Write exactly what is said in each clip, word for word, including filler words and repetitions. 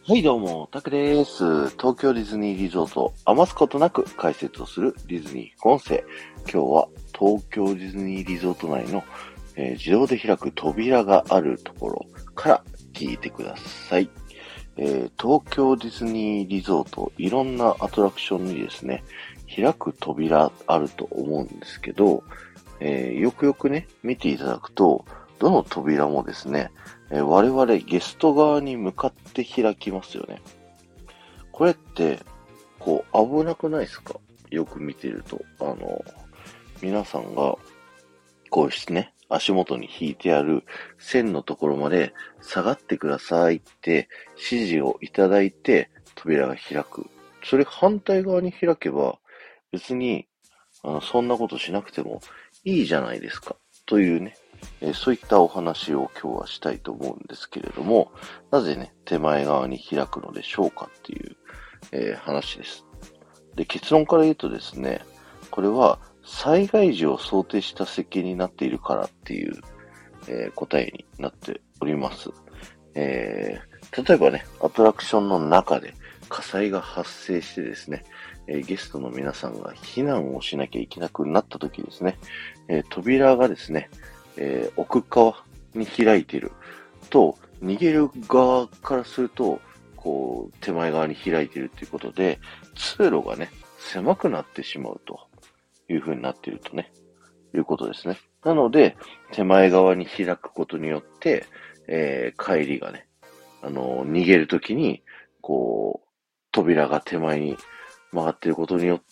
はい、どうも、タクです。東京ディズニーリゾートを余すことなく解説をするディズニー副音声。今日は東京ディズニーリゾート内の、えー自動で開く扉があるところから聞いてください。えー東京ディズニーリゾート、いろんなアトラクションにですね、開く扉あると思うんですけど、えーよくよくね、見ていただくと、どの扉もですね、えー我々ゲスト側に向かって開きますよね。これって、こう、危なくないですか？よく見てると。あの、皆さんが、こうしてね、足元に引いてある線のところまで下がってくださいって指示をいただいて扉が開く。それ反対側に開けば別にあのそんなことしなくてもいいじゃないですか。というね、えーそういったお話を今日はしたいと思うんですけれども、なぜね、手前側に開くのでしょうかっていう、えー話です。で、結論から言うとですね、これは災害時を想定した設計になっているからっていう、えー答えになっております。えー例えばね、アトラクションの中で火災が発生してですね、えーゲストの皆さんが避難をしなきゃいけなくなった時ですね、えー扉がですね、えー奥側に開いていると、逃げる側からすると、こう、手前側に開いているということで、通路がね、狭くなってしまうという風になっているとね、いうことですね。なので、手前側に開くことによって、えー帰りがね、あの、逃げるときに、こう、扉が手前に曲がっていることによって、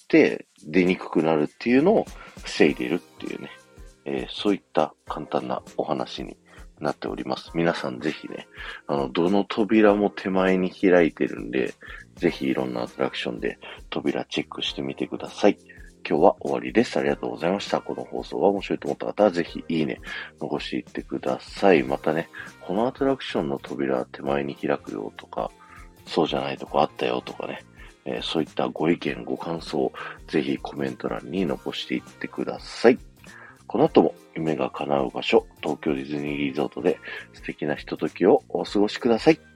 出にくくなるっていうのを防いでいるっていうね、えーそういった簡単なお話になっております。皆さんぜひね、あの、どの扉も手前に開いてるんで、ぜひいろんなアトラクションで扉チェックしてみてください。今日は終わりです。ありがとうございました。この放送が面白いと思った方はぜひいいね、残していってください。またね、このアトラクションの扉手前に開くよとか、そうじゃないとこあったよとかね、えーそういったご意見、ご感想、ぜひコメント欄に残していってください。この後も夢が叶う場所、東京ディズニーリゾートで素敵なひとときをお過ごしください。